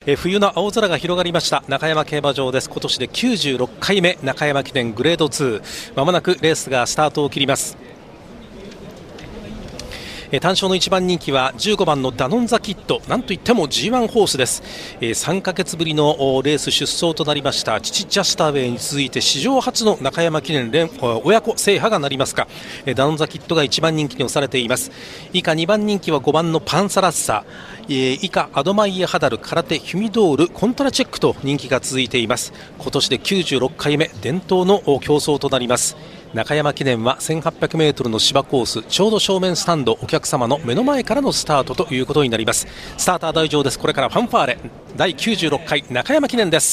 冬の青空が広がりました中山競馬場です。今年で96回目中山記念グレード2、まもなくレースがスタートを切ります。単勝の1番人気は15番のダノンザキッド、なんといっても G1 ホースです。3ヶ月ぶりのレース出走となりました父ジャスターウェイに続いて史上初の中山記念親子制覇がなりますか。ダノンザキッドが1番人気に押されています。以下2番人気は5番のパンサラッサ、以下アドマイエハダル、空手ヒュミドール、コントラチェックと人気が続いています。今年で96回目伝統の競争となります。中山記念は 1800m の芝コース、ちょうど正面スタンド、お客様の目の前からのスタートということになります。スターター台上です。これからファンファーレ第96回中山記念です。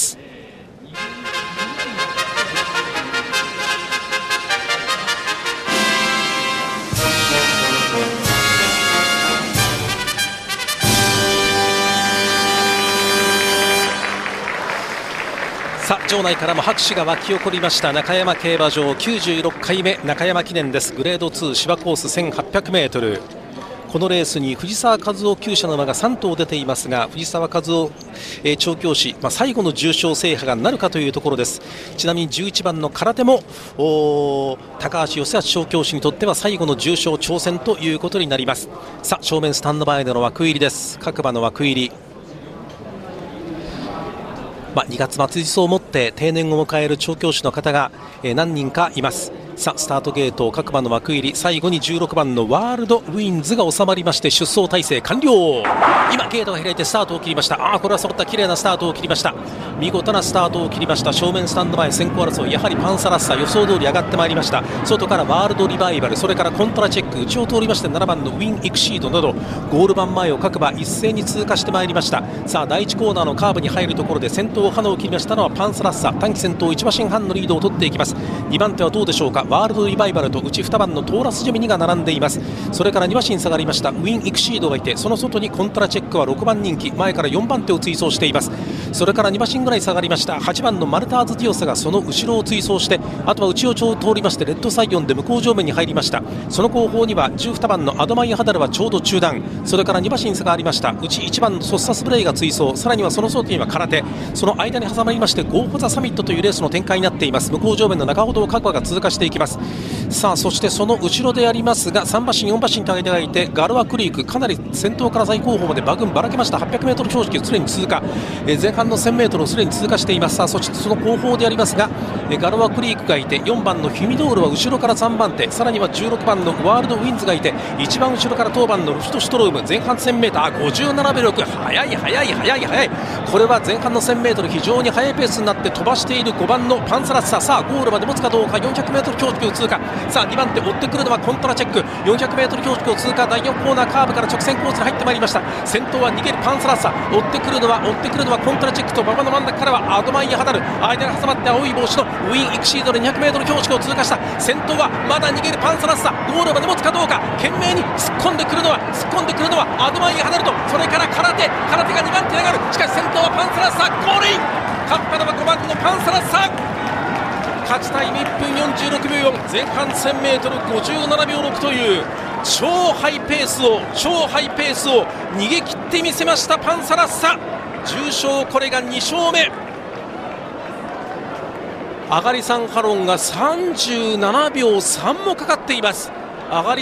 さあ場内からも拍手が沸き起こりました中山競馬場96回目中山記念です。グレード2芝コース 1800m、 このレースに藤沢和夫厩舎の馬が3頭出ていますが、藤沢和夫、調教師、最後の重賞制覇がなるかというところです。ちなみに11番の空手も高橋義明調教師にとっては最後の重賞挑戦ということになります。さあ正面スタンド前での枠入りです。各馬の枠入り、2月末日をもって定年を迎える調教師の方が何人かいます。さあスタートゲート各馬の枠入り、最後に16番のワールドウィンズが収まりまして出走態勢完了。今ゲートが開いてスタートを切りました。これは揃った綺麗なスタートを切りました。見事なスタートを切りました。正面スタンド前先行争い、やはりパンサラッサ予想通り上がってまいりました。外からワールドリバイバル、それからコントラチェック、内を通りまして7番のウィンエクシードなどゴール板前を各馬一斉に通過してまいりました。さあ第1コーナーのカーブに入るところで先頭花を切りましたのはパンサラッサ、短期先頭1馬身半のリードを取っていきます。2番手はどうでしょうか。ワールドリバイバルと内2番のトーラスジェミニが並んでいます。それから2馬身下がりましたウィンエクシードがいて、その外にコントラチェックは6番人気、前から4番手を追走しています。それから2馬身ぐらい下がりました8番のマルターズディオサがその後ろを追走して、あとは内を通りましてレッドサイオンで向こう上面に入りました。その後方には12番のアドマイハダルはちょうど中段、それから2馬身差がありました内1番のソッサスブレイが追走、さらにはその外には空手、その間に挟まりましてゴーフォザサミットというレースの展開になっています。向こう上面の中ほどを各馬が通過していきます。さあそしてその後ろでありますが3馬身4馬身と上げてがいて、ガロアクリークかなり先頭から最後方まで馬群ばらけました。 800m 標識をすでに通過、前半の 1000m をすでに通過しています。さあそしてその後方でありますがガロアクリークがいて、4番のヒュミドールは後ろから3番手、さらには16番のワールドウィンズがいて、一番後ろから当番のルフトシュトローム、前半 1000m57 秒6、速い。これは前半の 1000m 非常に速いペースになって飛ばしている5番のパンサラッサ、さあゴールまで持つかどうか。 400m 標識を通過、さあ2番手追ってくるのはコントラチェック、 400m 標識を通過、第4コーナーカーブから直線コースに入ってまいりました。先頭は逃げるパンサラッサ、追ってくるのはコントラチェックと馬場の真ん中からはアドマイヤハダル、間に挟まって青い帽子のウィンエクシードで 200m 標識を通過した。先頭はまだ逃げるパンサラッサ、ゴールまで持つかどうか。懸命に突っ込んでくるのはアドマイヤハダルと、それから空手が2番手に上がる。しかし先頭はパンサラッサ、ゴールイン。勝ったのは5番のパンサラッサ、勝ちタイム1分46秒4、前半 1000m57 秒6という超ハイペースを逃げ切ってみせましたパンサラッサ。重賞これが2勝目。アガリサンハロンが37秒3もかかっています。勝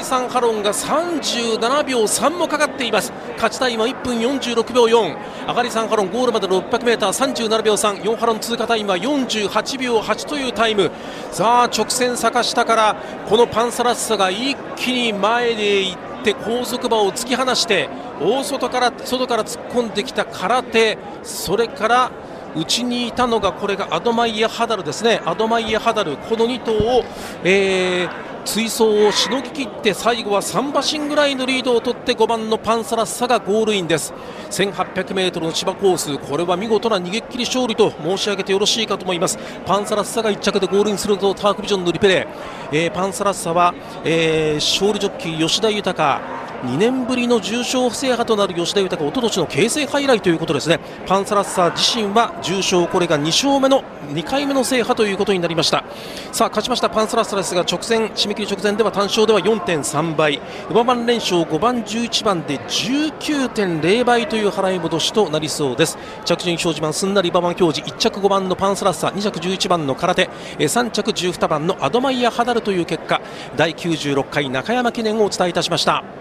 ちタイムは1分46秒4。アガリサンハロンゴールまで 600m37 秒3、4ハロン通過タイムは48秒8というタイム。さあ直線坂下からこのパンサラッサが一気に前で行って後続馬を突き放して、大外から突っ込んできた空手、それから内にいたのがこれがアドマイヤハダルですね。この2頭を、追走をしのぎ切って、最後は3馬身ぐらいのリードを取って5番のパンサラッサがゴールインです。 1800m の芝コース、これは見事な逃げっきり勝利と申し上げてよろしいかと思います。パンサラッサが1着でゴールインするとタークビジョンのリペレイ、パンサラッサは、勝利ジョッキー吉田豊、 2年ぶりの重賞制覇となる吉田豊、おととしの形成敗来ということですね。パンサラッサー自身は重賞、これが2回目の制覇ということになりました。さあ勝ちましたパンサラッサーですが、締め切り直前では単勝では 4.3 倍、馬番連勝5番11番で 19.0 倍という払い戻しとなりそうです。着順表示板すんなり馬番表示、1着5番のパンサラッサー、2着11番の空手、3着12番のアドマイヤ・ハダルという結果、第96回中山記念をお伝えいたしました。